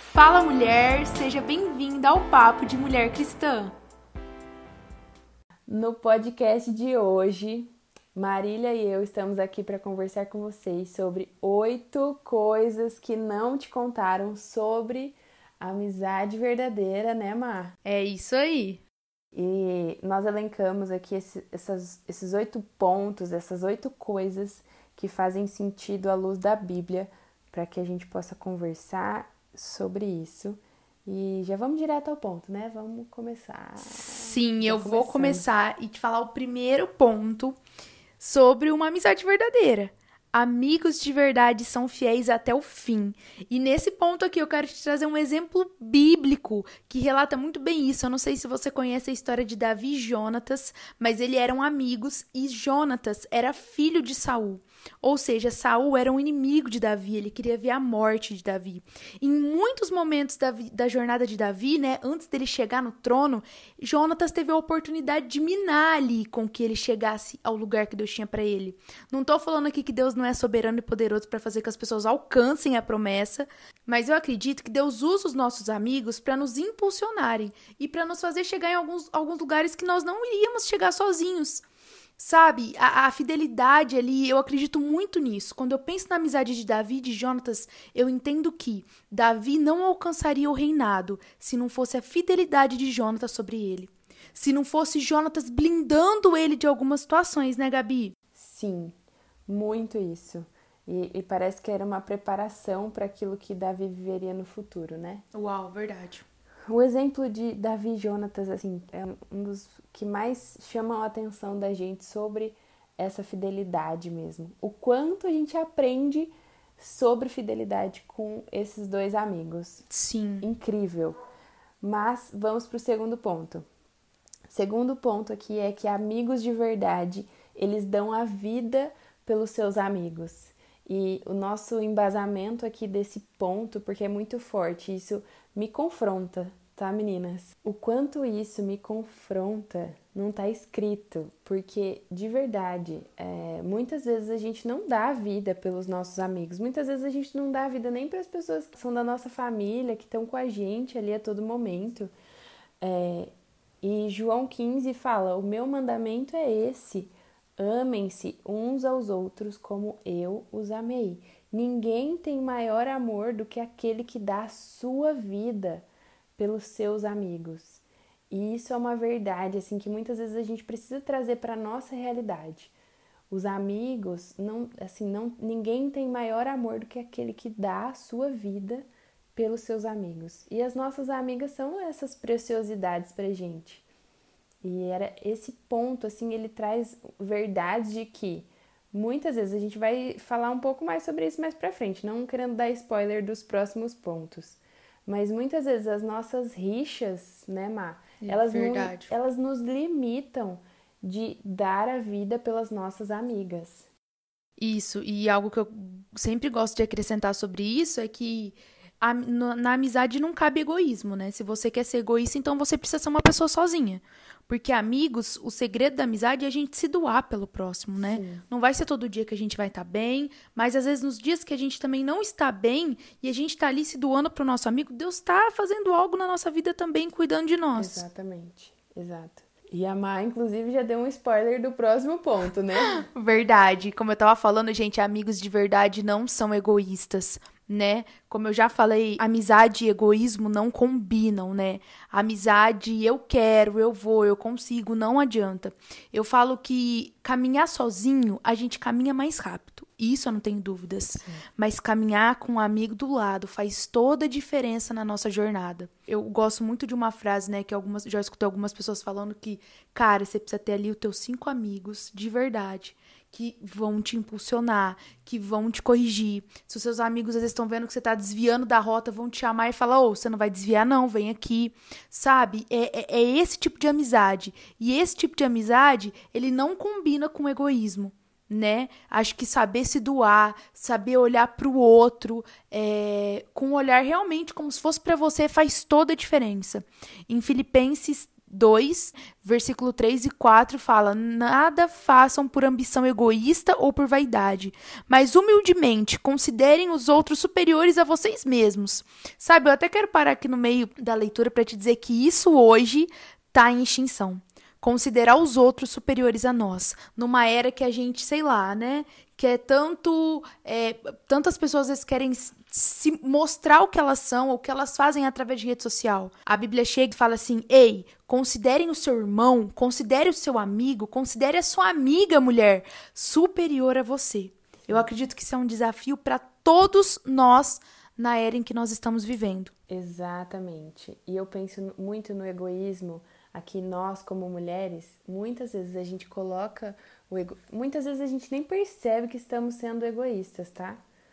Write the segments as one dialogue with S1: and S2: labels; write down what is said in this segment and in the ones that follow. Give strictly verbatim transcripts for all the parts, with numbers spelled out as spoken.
S1: Fala mulher, seja bem-vinda ao Papo de Mulher Cristã.
S2: No podcast de hoje, Marília e eu estamos aqui para conversar com vocês sobre oito coisas que não te contaram sobre a amizade verdadeira, né, Mar?
S1: É isso aí.
S2: E nós elencamos aqui esse, essas, esses oito pontos, essas oito coisas que fazem sentido à luz da Bíblia, para que a gente possa conversar sobre isso. E já vamos direto ao ponto, né? Vamos começar.
S1: Sim,
S2: já
S1: eu
S2: começando.
S1: vou começar e te falar o primeiro ponto sobre uma amizade verdadeira. Amigos de verdade são fiéis até o fim. E nesse ponto aqui eu quero te trazer um exemplo bíblico que relata muito bem isso. Eu não sei se você conhece a história de Davi e Jonatas, mas eles eram amigos e Jonatas era filho de Saul. Ou seja, Saul era um inimigo de Davi, ele queria ver a morte de Davi. Em muitos momentos da, da jornada de Davi, né, antes dele chegar no trono, Jonatas teve a oportunidade de minar ali com que ele chegasse ao lugar que Deus tinha para ele. Não tô falando aqui que Deus não é soberano e poderoso para fazer que as pessoas alcancem a promessa, mas eu acredito que Deus usa os nossos amigos para nos impulsionarem e para nos fazer chegar em alguns, alguns lugares que nós não iríamos chegar sozinhos. Sabe, a, a fidelidade ali, eu acredito muito nisso. Quando eu penso na amizade de Davi e de Jonatas, eu entendo que Davi não alcançaria o reinado se não fosse a fidelidade de Jonatas sobre ele. Se não fosse Jonatas blindando ele de algumas situações, né, Gabi?
S2: Sim, muito isso. E, e parece que era uma preparação para aquilo que Davi viveria no futuro, né?
S1: Uau, verdade.
S2: O exemplo de Davi e Jonatas, assim, é um dos que mais chamam a atenção da gente sobre essa fidelidade mesmo. O quanto a gente aprende sobre fidelidade com esses dois amigos.
S1: Sim.
S2: Incrível. Mas vamos para o segundo ponto. Segundo ponto aqui é que amigos de verdade, eles dão a vida pelos seus amigos. E o nosso embasamento aqui desse ponto, porque é muito forte, isso me confronta, tá, meninas? O quanto isso me confronta não tá escrito, porque, de verdade, é, muitas vezes a gente não dá a vida pelos nossos amigos, muitas vezes a gente não dá a vida nem para as pessoas que são da nossa família, que estão com a gente ali a todo momento. É, e João quinze fala, o meu mandamento é esse, amem-se uns aos outros como eu os amei. Ninguém tem maior amor do que aquele que dá a sua vida pelos seus amigos. E isso é uma verdade, assim, que muitas vezes a gente precisa trazer para a nossa realidade. Os amigos, não, assim, não, ninguém tem maior amor do que aquele que dá a sua vida pelos seus amigos. E as nossas amigas são essas preciosidades pra gente. E era esse ponto, assim, ele traz verdades de que muitas vezes a gente vai falar um pouco mais sobre isso mais pra frente, não querendo dar spoiler dos próximos pontos. Mas muitas vezes as nossas rixas, né, Má?
S1: É
S2: elas,
S1: verdade.
S2: não, elas nos limitam de dar a vida pelas nossas amigas.
S1: Isso, e algo que eu sempre gosto de acrescentar sobre isso é que a, no, na amizade não cabe egoísmo, né? Se você quer ser egoísta, então você precisa ser uma pessoa sozinha. Porque amigos, o segredo da amizade é a gente se doar pelo próximo, né?
S2: Sim.
S1: Não vai ser todo dia que a gente vai estar bem, mas às vezes nos dias que a gente também não está bem e a gente está ali se doando pro nosso amigo, Deus está fazendo algo na nossa vida também, cuidando de nós.
S2: Exatamente, exato. E a Má, inclusive, já deu um spoiler do próximo ponto, né?
S1: Verdade. Como eu tava falando, gente, amigos de verdade não são egoístas, né? Como eu já falei, amizade e egoísmo não combinam, né? Amizade, eu quero, eu vou, eu consigo, não adianta. Eu falo que caminhar sozinho, a gente caminha mais rápido. Isso eu não tenho dúvidas.
S2: Sim.
S1: Mas caminhar com um amigo do lado faz toda a diferença na nossa jornada. Eu gosto muito de uma frase, né, que algumas, já escutei algumas pessoas falando que, cara, você precisa ter ali os teus cinco amigos de verdade, que vão te impulsionar, que vão te corrigir. Se os seus amigos às vezes estão vendo que você está desviando da rota, vão te chamar e falar, ô, oh, você não vai desviar não, vem aqui. Sabe? É, é, é esse tipo de amizade. E esse tipo de amizade, ele não combina com egoísmo, né? Acho que saber se doar, saber olhar para o outro, é, com um olhar realmente como se fosse para você, faz toda a diferença. Em Filipenses dois, versículo três e quatro fala: nada façam por ambição egoísta ou por vaidade, mas humildemente considerem os outros superiores a vocês mesmos. Sabe, eu até quero parar aqui no meio da leitura para te dizer que isso hoje está em extinção. Considerar os outros superiores a nós, numa era que a gente, sei lá, né, que é tanto, é, tantas pessoas às vezes querem se mostrar o que elas são, ou o que elas fazem através de rede social. A Bíblia chega e fala assim: ei, considerem o seu irmão, considere o seu amigo, considere a sua amiga, mulher, superior a você. Eu acredito que isso é um desafio para todos nós na era em que nós estamos vivendo.
S2: Exatamente. E eu penso muito no egoísmo. Aqui nós, como mulheres, muitas vezes a gente coloca o ego... Muitas vezes a gente nem percebe que estamos sendo egoístas, tá?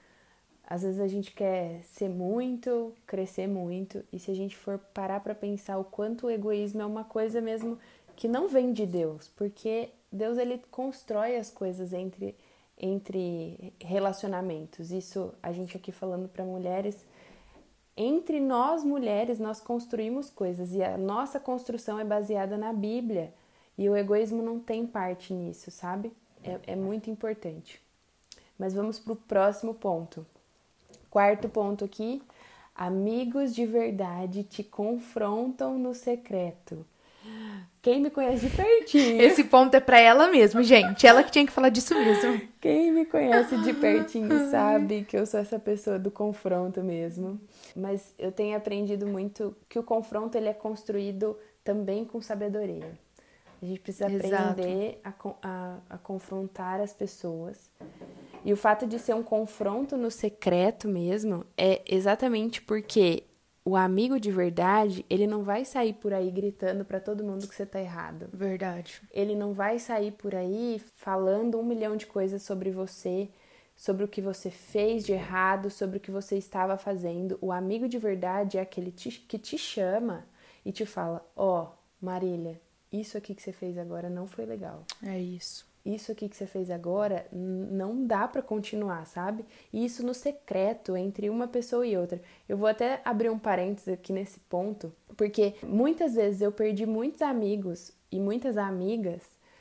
S2: Às vezes a gente quer ser muito, crescer muito, e se a gente for parar para pensar o quanto o egoísmo é uma coisa mesmo que não vem de Deus, porque Deus, ele constrói as coisas entre, entre relacionamentos. Isso a gente aqui falando para mulheres. Entre nós, mulheres, nós construímos coisas e a nossa construção é baseada na Bíblia e o egoísmo não tem parte nisso, sabe? É, é muito importante. Mas vamos para o próximo ponto. Quarto ponto aqui: amigos de verdade te confrontam no secreto. Quem me conhece de pertinho...
S1: Esse ponto é pra ela mesmo, gente. Ela que tinha que falar disso mesmo.
S2: Quem me conhece de pertinho sabe que eu sou essa pessoa do confronto mesmo. Mas eu tenho aprendido muito que o confronto, ele é construído também com sabedoria. A gente precisa aprender a, a, a confrontar as pessoas. E o fato de ser um confronto no secreto mesmo é exatamente porque o amigo de verdade, ele não vai sair por aí gritando pra todo mundo que você tá errado.
S1: Verdade.
S2: Ele não vai sair por aí falando um milhão de coisas sobre você, sobre o que você fez de errado, sobre o que você estava fazendo. O amigo de verdade é aquele que te chama e te fala: ó, oh, Marília, isso aqui que você fez agora não foi legal.
S1: É isso.
S2: Isso aqui que você fez agora não dá pra continuar, sabe? E isso no secreto, entre uma pessoa e outra. Eu vou até abrir um parênteses aqui nesse ponto, porque muitas vezes eu perdi muitos amigos e muitas amigas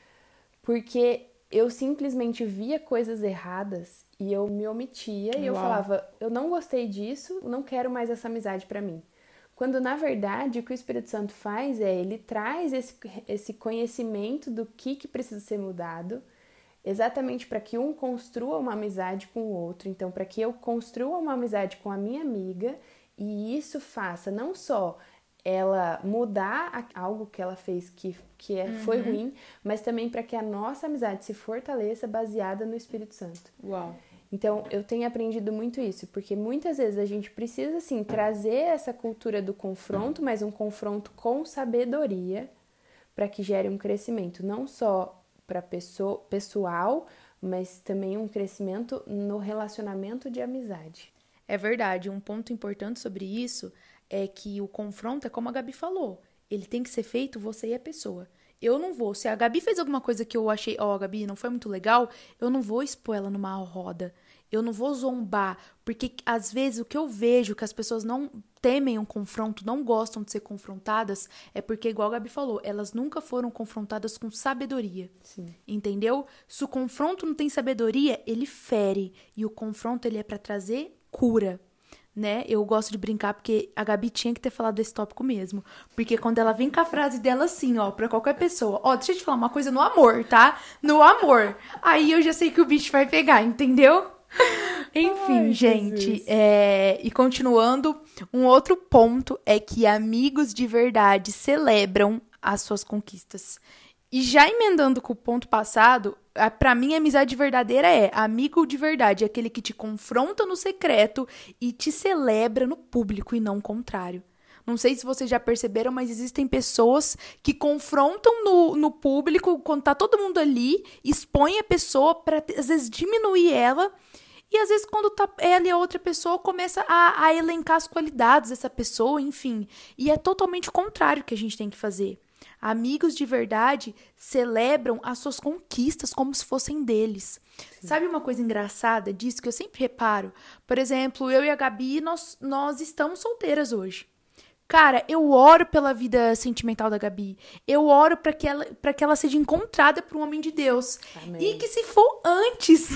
S2: porque eu simplesmente via coisas erradas e eu me omitia e eu falava: eu não gostei disso, não quero mais essa amizade pra mim. Quando, na verdade, o que o Espírito Santo faz é, ele traz esse, esse conhecimento do que, que precisa ser mudado, exatamente para que um construa uma amizade com o outro. Então, para que eu construa uma amizade com a minha amiga e isso faça não só ela mudar algo que ela fez que, que é, uhum. foi ruim, mas também para que a nossa amizade se fortaleça baseada no Espírito Santo.
S1: Uau!
S2: Então, eu tenho aprendido muito isso, porque muitas vezes a gente precisa, assim, trazer essa cultura do confronto, mas um confronto com sabedoria, para que gere um crescimento, não só para pessoa, pessoal, mas também um crescimento no relacionamento de amizade.
S1: É verdade, um ponto importante sobre isso é que o confronto é como a Gabi falou, ele tem que ser feito você e a pessoa. Eu não vou, se a Gabi fez alguma coisa que eu achei, ó, oh, Gabi, não foi muito legal, eu não vou expor ela numa roda. Eu não vou zombar, porque às vezes o que eu vejo que as pessoas não temem um confronto, não gostam de ser confrontadas, é porque, igual a Gabi falou, elas nunca foram confrontadas com sabedoria.
S2: Sim.
S1: Entendeu? Se o confronto não tem sabedoria, ele fere. E o confronto, ele é pra trazer cura. Né? Eu gosto de brincar porque a Gabi tinha que ter falado desse tópico mesmo. Porque quando ela vem com a frase dela assim, ó, pra qualquer pessoa, ó, deixa eu te falar uma coisa no amor, tá? No amor. Aí eu já sei que o bicho vai pegar, entendeu? Enfim, ai, gente, é... e continuando, um outro ponto é que amigos de verdade celebram as suas conquistas. E já emendando com o ponto passado, pra mim a amizade verdadeira é amigo de verdade, é aquele que te confronta no secreto e te celebra no público e não o contrário. Não sei se vocês já perceberam, mas existem pessoas que confrontam no, no público, quando tá todo mundo ali, expõem a pessoa pra, às vezes, diminuir ela. E às vezes quando tá ela e a outra pessoa começa a, a elencar as qualidades dessa pessoa, enfim. E é totalmente o contrário que a gente tem que fazer. Amigos de verdade celebram as suas conquistas como se fossem deles. Sim. Sabe uma coisa engraçada disso que eu sempre reparo? Por exemplo, eu e a Gabi, nós, nós estamos solteiras hoje. Cara, eu oro pela vida sentimental da Gabi. Eu oro pra que ela, pra que ela seja encontrada por um homem de Deus.
S2: Amém.
S1: E que se for antes...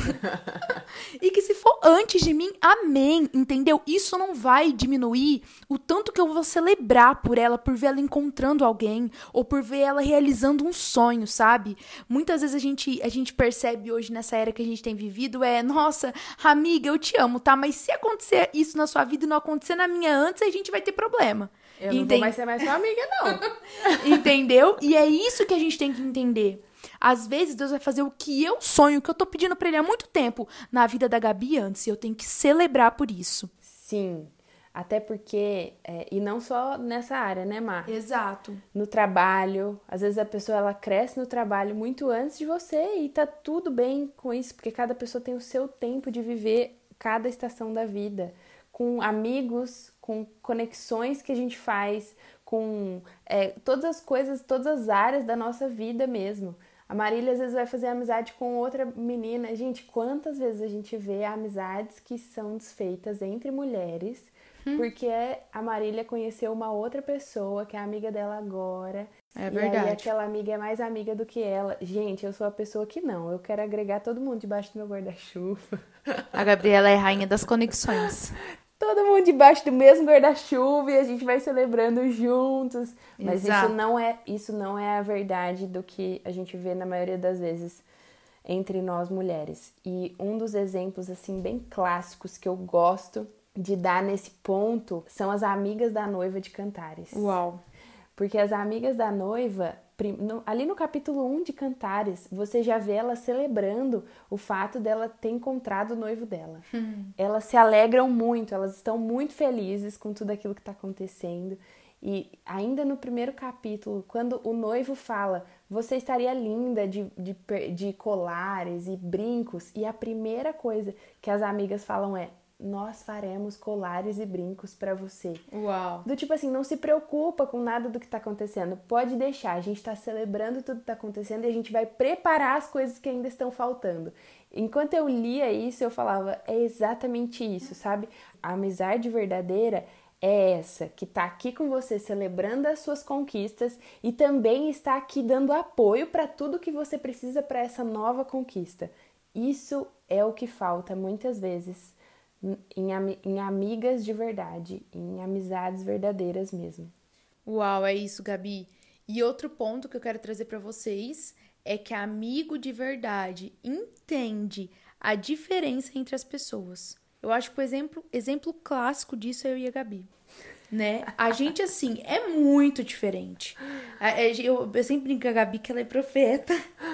S1: e que se for antes de mim, amém, entendeu? Isso não vai diminuir o tanto que eu vou celebrar por ela, por ver ela encontrando alguém, ou por ver ela realizando um sonho, sabe? Muitas vezes a gente, a gente percebe hoje nessa era que a gente tem vivido, é, nossa, amiga, eu te amo, tá? Mas se acontecer isso na sua vida e não acontecer na minha antes, a gente vai ter problema.
S2: Eu não
S1: Entende?
S2: vou mais ser mais sua amiga, não.
S1: Entendeu? E é isso que a gente tem que entender. Às vezes Deus vai fazer o que eu sonho, o que eu tô pedindo pra ele há muito tempo na vida da Gabi antes. E eu tenho que celebrar por isso.
S2: Sim, até porque, é, e não só nessa área, né, Mar?
S1: Exato.
S2: No trabalho, às vezes a pessoa ela cresce no trabalho muito antes de você e tá tudo bem com isso, porque cada pessoa tem o seu tempo de viver cada estação da vida, com amigos, com conexões que a gente faz, com é, todas as coisas, todas as áreas da nossa vida mesmo. A Marília às vezes vai fazer amizade com outra menina. Gente, quantas vezes a gente vê amizades que são desfeitas entre mulheres hum. porque a Marília conheceu uma outra pessoa que é amiga dela agora.
S1: É verdade.
S2: E aí aquela amiga é mais amiga do que ela. Gente, eu sou a pessoa que não. Eu quero agregar todo mundo debaixo do meu guarda-chuva.
S1: A Gabriela é a rainha das conexões.
S2: Todo mundo debaixo do mesmo guarda-chuva e a gente vai celebrando juntos. Mas
S1: Exato.
S2: isso não é, isso não é a verdade do que a gente vê na maioria das vezes entre nós mulheres. E um dos exemplos assim bem clássicos que eu gosto de dar nesse ponto são as amigas da noiva de Cantares.
S1: Uau!
S2: Porque as amigas da noiva, ali no capítulo um de Cantares, você já vê ela celebrando o fato dela ter encontrado o noivo dela. Hum. Elas se alegram muito, elas estão muito felizes com tudo aquilo que está acontecendo. E ainda no primeiro capítulo, quando o noivo fala, você estaria linda de, de, de colares e brincos, e a primeira coisa que as amigas falam é, nós faremos colares e brincos pra você.
S1: Uau!
S2: Do tipo assim, não se preocupa com nada do que tá acontecendo. Pode deixar, a gente tá celebrando tudo que tá acontecendo e a gente vai preparar as coisas que ainda estão faltando. Enquanto eu lia isso, eu falava, é exatamente isso, sabe? A amizade verdadeira é essa, que tá aqui com você celebrando as suas conquistas e também está aqui dando apoio pra tudo que você precisa pra essa nova conquista. Isso é o que falta muitas vezes Em, em amigas de verdade, em amizades verdadeiras mesmo.
S1: Uau, é isso, Gabi. E outro ponto que eu quero trazer para vocês é que amigo de verdade entende a diferença entre as pessoas. Eu acho que o exemplo, exemplo clássico disso é eu e a Gabi, né? A gente, assim, é muito diferente. Eu, eu sempre brinco com a Gabi que ela é profeta.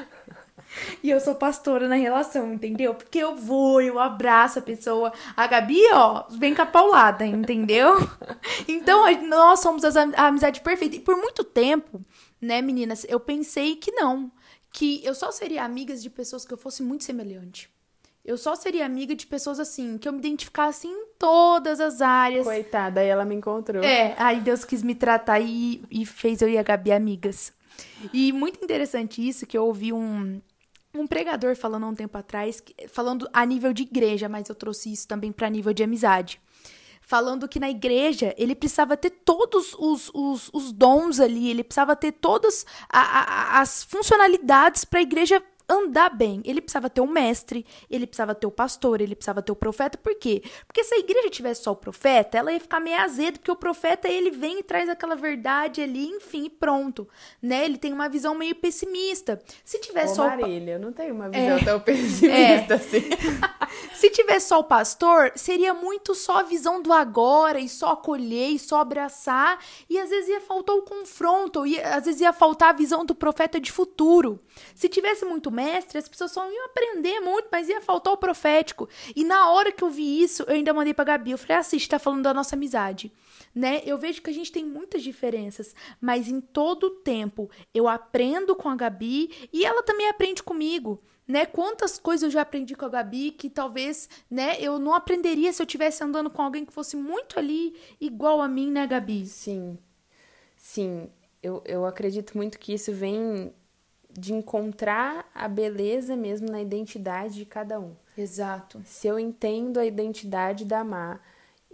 S1: E eu sou pastora na relação, entendeu? Porque eu vou, eu abraço a pessoa. A Gabi, ó, vem com a paulada, entendeu? Então, nós somos a amizade perfeita. E por muito tempo, né, meninas, eu pensei que não. Que eu só seria amiga de pessoas que eu fosse muito semelhante. Eu só seria amiga de pessoas, assim, que eu me identificasse em todas as áreas.
S2: Coitada, aí ela me encontrou.
S1: É, aí Deus quis me tratar e, e fez eu e a Gabi amigas. E muito interessante isso, que eu ouvi um... Um pregador falando há um tempo atrás, falando a nível de igreja, mas eu trouxe isso também para nível de amizade. Falando que na igreja ele precisava ter todos os, os, os dons ali, ele precisava ter todas a, a, as funcionalidades para a igreja andar bem. Ele precisava ter um mestre, ele precisava ter o pastor, ele precisava ter o profeta. Por quê? Porque se a igreja tivesse só o profeta, ela ia ficar meio azeda, porque o profeta, ele vem e traz aquela verdade ali, enfim, pronto, né? Ele tem uma visão meio pessimista. Se tivesse
S2: Ô,
S1: só
S2: Marília, eu não tenho uma visão é, tão pessimista é. assim.
S1: Se tivesse só o pastor, seria muito só a visão do agora, e só acolher, e só abraçar, e às vezes ia faltar o confronto, e às vezes ia faltar a visão do profeta de futuro. Se tivesse muito mestre, as pessoas só iam aprender muito, mas ia faltar o profético. E na hora que eu vi isso, eu ainda mandei pra Gabi, eu falei, assiste, tá falando da nossa amizade, né? Eu vejo que a gente tem muitas diferenças, mas em todo o tempo eu aprendo com a Gabi e ela também aprende comigo, né? Quantas coisas eu já aprendi com a Gabi que talvez, né, eu não aprenderia se eu estivesse andando com alguém que fosse muito ali igual a mim, né, Gabi?
S2: Sim, sim, eu, eu acredito muito que isso vem de encontrar a beleza mesmo na identidade de cada um.
S1: Exato.
S2: Se eu entendo a identidade da Má,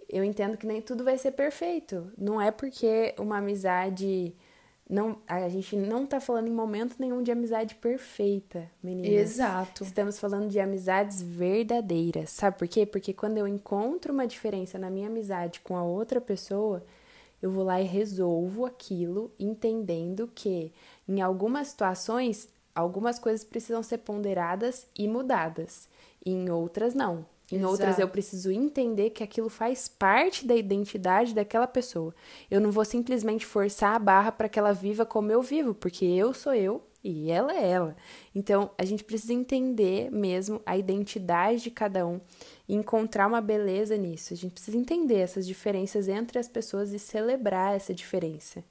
S2: eu entendo que nem tudo vai ser perfeito. Não é porque uma amizade... Não, a gente não tá falando em momento nenhum de amizade perfeita, meninas.
S1: Exato.
S2: Estamos falando de amizades verdadeiras. Sabe por quê? Porque quando eu encontro uma diferença na minha amizade com a outra pessoa, eu vou lá e resolvo aquilo, entendendo que em algumas situações, algumas coisas precisam ser ponderadas e mudadas. E em outras, não. Em
S1: Exato.
S2: Outras, eu preciso entender que aquilo faz parte da identidade daquela pessoa. Eu não vou simplesmente forçar a barra para que ela viva como eu vivo, porque eu sou eu e ela é ela. Então, a gente precisa entender mesmo a identidade de cada um e encontrar uma beleza nisso. A gente precisa entender essas diferenças entre as pessoas e celebrar essa diferença.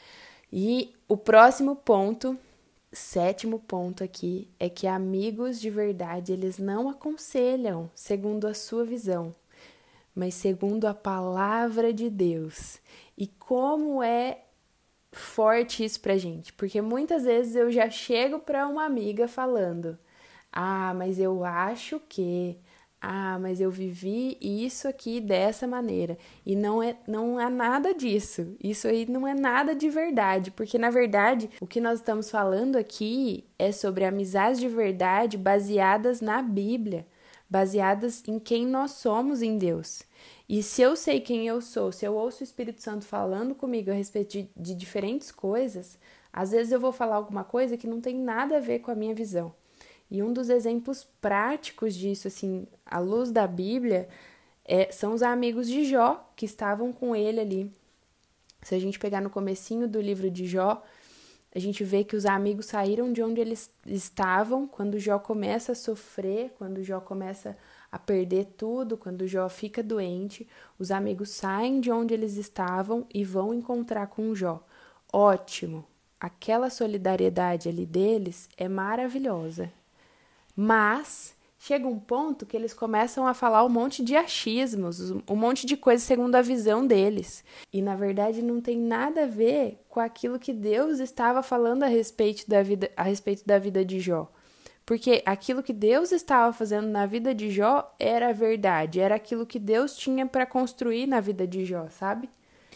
S2: E o próximo ponto... Sétimo ponto aqui é que amigos de verdade, eles não aconselham segundo a sua visão, mas segundo a palavra de Deus. E como é forte isso pra gente, porque muitas vezes eu já chego pra uma amiga falando: ah, mas eu acho que... Ah, mas eu vivi isso aqui dessa maneira. E não é, não é nada disso. Isso aí não é nada de verdade. Porque, na verdade, o que nós estamos falando aqui é sobre amizades de verdade baseadas na Bíblia. Baseadas em quem nós somos em Deus. E se eu sei quem eu sou, se eu ouço o Espírito Santo falando comigo a respeito de, de diferentes coisas, às vezes eu vou falar alguma coisa que não tem nada a ver com a minha visão. E um dos exemplos práticos disso, assim, à luz da Bíblia, é, são os amigos de Jó, que estavam com ele ali. Se a gente pegar no comecinho do livro de Jó, a gente vê que os amigos saíram de onde eles estavam, quando Jó começa a sofrer, quando Jó começa a perder tudo, quando Jó fica doente, os amigos saem de onde eles estavam e vão encontrar com Jó. Ótimo! Aquela solidariedade ali deles é maravilhosa. Mas chega um ponto que eles começam a falar um monte de achismos, um monte de coisas segundo a visão deles. E, na verdade, não tem nada a ver com aquilo que Deus estava falando a respeito da vida, a respeito da vida de Jó. Porque aquilo que Deus estava fazendo na vida de Jó era a verdade, era aquilo que Deus tinha para construir na vida de Jó, sabe?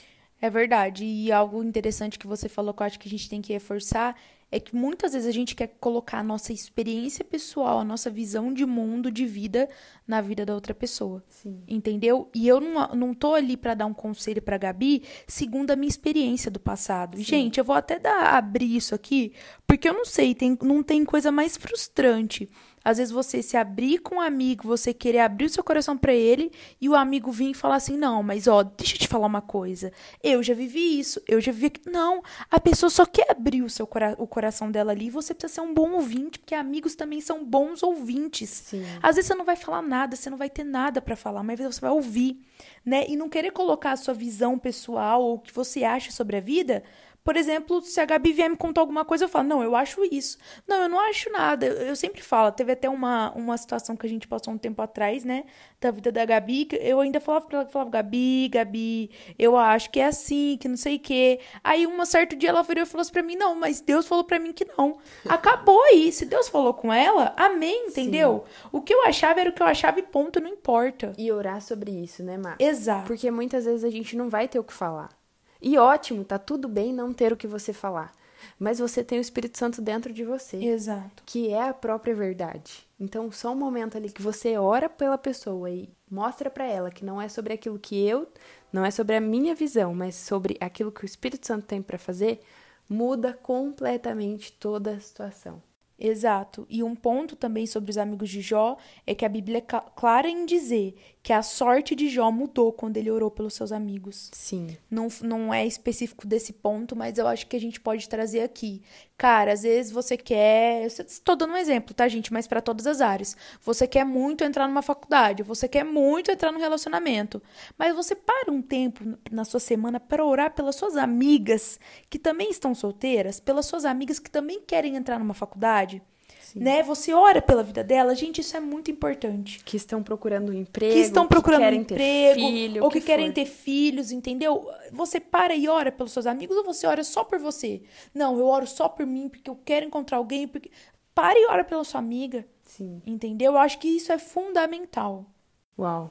S1: É verdade. E algo interessante que você falou que eu acho que a gente tem que reforçar é que muitas vezes a gente quer colocar a nossa experiência pessoal, a nossa visão de mundo, de vida, na vida da outra pessoa.
S2: Sim.
S1: Entendeu? E eu não, não tô ali pra dar um conselho pra Gabi segundo a minha experiência do passado. Sim. Gente, eu vou até dar, abrir isso aqui, porque eu não sei, tem, não tem coisa mais frustrante. Às vezes você se abrir com um amigo, você querer abrir o seu coração pra ele e o amigo vir e falar assim, não, mas ó, deixa eu te falar uma coisa. Eu já vivi isso, eu já vivi aquilo. Não, a pessoa só quer abrir o seu cora- o coração dela ali e você precisa ser um bom ouvinte, porque amigos também são bons ouvintes.
S2: Sim.
S1: Às vezes você não vai falar nada, você não vai ter nada pra falar, mas você vai ouvir, né? E não querer colocar a sua visão pessoal ou o que você acha sobre a vida. Por exemplo, se a Gabi vier me contar alguma coisa, eu falo, não, eu acho isso. Não, eu não acho nada. Eu, eu sempre falo, teve até uma, uma situação que a gente passou um tempo atrás, né, da vida da Gabi, que eu ainda falava pra ela, falava, Gabi, Gabi, eu acho que é assim, que não sei o quê. Aí, um certo dia, ela virou e falou assim pra mim, não, mas Deus falou pra mim que não. Acabou aí. Se Deus falou com ela, amém, entendeu? Sim. O que eu achava era o que eu achava e ponto, não importa.
S2: E orar sobre isso, né, Má?
S1: Exato.
S2: Porque muitas vezes a gente não vai ter o que falar. E ótimo, tá tudo bem não ter o que você falar. Mas você tem o Espírito Santo dentro de você.
S1: Exato.
S2: Que é a própria verdade. Então, só um momento ali que você ora pela pessoa e mostra pra ela que não é sobre aquilo que eu, não é sobre a minha visão, mas sobre aquilo que o Espírito Santo tem pra fazer, muda completamente toda a situação.
S1: Exato. E um ponto também sobre os amigos de Jó é que a Bíblia é clara em dizer que a sorte de Jó mudou quando ele orou pelos seus amigos.
S2: Sim.
S1: Não, não é específico desse ponto, mas eu acho que a gente pode trazer aqui. Cara, às vezes você quer... Estou dando um exemplo, tá, gente? Mas para todas as áreas. Você quer muito entrar numa faculdade, você quer muito entrar num relacionamento, mas você para um tempo na sua semana para orar pelas suas amigas que também estão solteiras, pelas suas amigas que também querem entrar numa faculdade. Né? Você ora pela vida dela, gente, isso é muito importante.
S2: Que estão procurando um emprego,
S1: que estão procurando
S2: que querem
S1: um emprego,
S2: ter filho,
S1: ou que,
S2: que
S1: querem
S2: for.
S1: ter filhos, entendeu? Você para e ora pelos seus amigos ou você ora só por você? Não, eu oro só por mim porque eu quero encontrar alguém, porque para e ora pela sua amiga.
S2: Sim.
S1: Entendeu? Eu acho que isso é fundamental.
S2: Uau.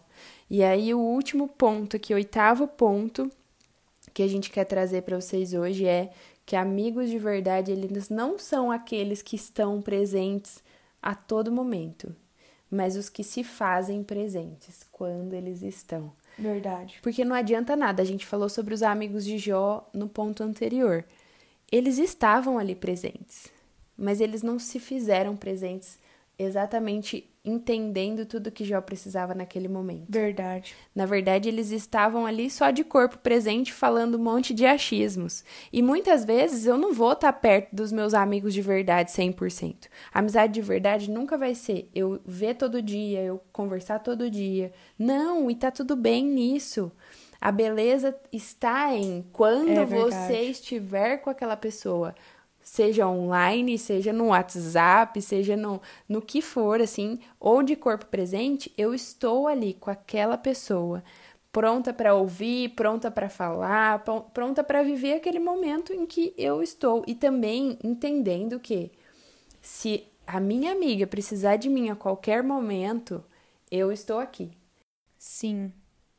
S2: E aí, o último ponto aqui, o oitavo ponto que a gente quer trazer para vocês hoje é que amigos de verdade, eles não são aqueles que estão presentes a todo momento, mas os que se fazem presentes quando eles estão.
S1: Verdade.
S2: Porque não adianta nada, a gente falou sobre os amigos de Jó no ponto anterior. Eles estavam ali presentes, mas eles não se fizeram presentes exatamente entendendo tudo que Jó precisava naquele momento.
S1: Verdade.
S2: Na verdade, eles estavam ali só de corpo presente, falando um monte de achismos. E muitas vezes eu não vou estar perto dos meus amigos de verdade cem por cento. A amizade de verdade nunca vai ser eu ver todo dia, eu conversar todo dia. Não, e tá tudo bem nisso. A beleza está em quando
S1: É
S2: você estiver com aquela pessoa. Seja online, seja no WhatsApp, seja no, no que for, assim, ou de corpo presente, eu estou ali com aquela pessoa, pronta para ouvir, pronta para falar, pronta para viver aquele momento em que eu estou. E também entendendo que se a minha amiga precisar de mim a qualquer momento, eu estou aqui.
S1: Sim.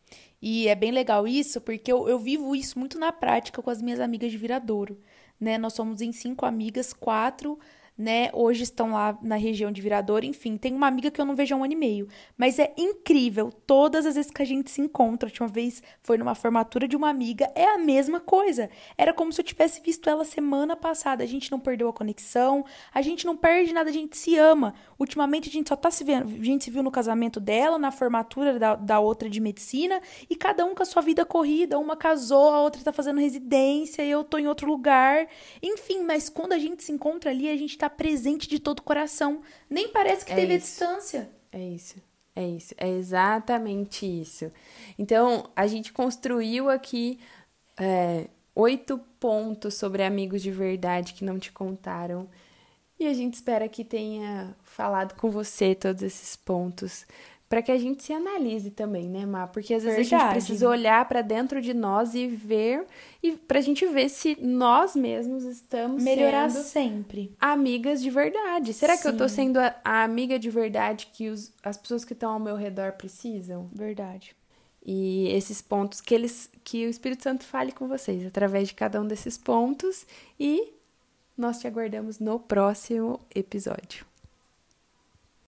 S1: E é bem legal isso, porque eu, eu vivo isso muito na prática com as minhas amigas de Viradouro. Né? Nós somos em cinco amigas, quatro, né, hoje estão lá na região de Viradouro, enfim, tem uma amiga que eu não vejo há um ano e meio, mas é incrível, todas as vezes que a gente se encontra, a última vez foi numa formatura de uma amiga, é a mesma coisa, era como se eu tivesse visto ela semana passada, a gente não perdeu a conexão, a gente não perde nada, a gente se ama, ultimamente a gente só tá se vendo, a gente se viu no casamento dela, na formatura da, da outra de medicina, e cada um com a sua vida corrida, uma casou, a outra tá fazendo residência, eu tô em outro lugar, enfim, mas quando a gente se encontra ali, a gente tá presente de todo o coração. Nem parece que
S2: É
S1: teve a
S2: isso.
S1: distância.
S2: É isso, é isso, é exatamente isso. Então, a gente construiu aqui é, oito pontos sobre amigos de verdade que não te contaram. E a gente espera que tenha falado com você todos esses pontos, para que a gente se analise também, né, Má? Porque às vezes
S1: Verdade.
S2: a gente precisa olhar para dentro de nós e ver, e pra gente ver se nós mesmos estamos
S1: Melhorar
S2: sendo
S1: sempre.
S2: amigas de verdade. Será que eu tô
S1: Sim.
S2: sendo a, a amiga de verdade que os, as pessoas que estão ao meu redor precisam?
S1: Verdade.
S2: E esses pontos que eles que o Espírito Santo fale com vocês através de cada um desses pontos, e nós te aguardamos no próximo episódio.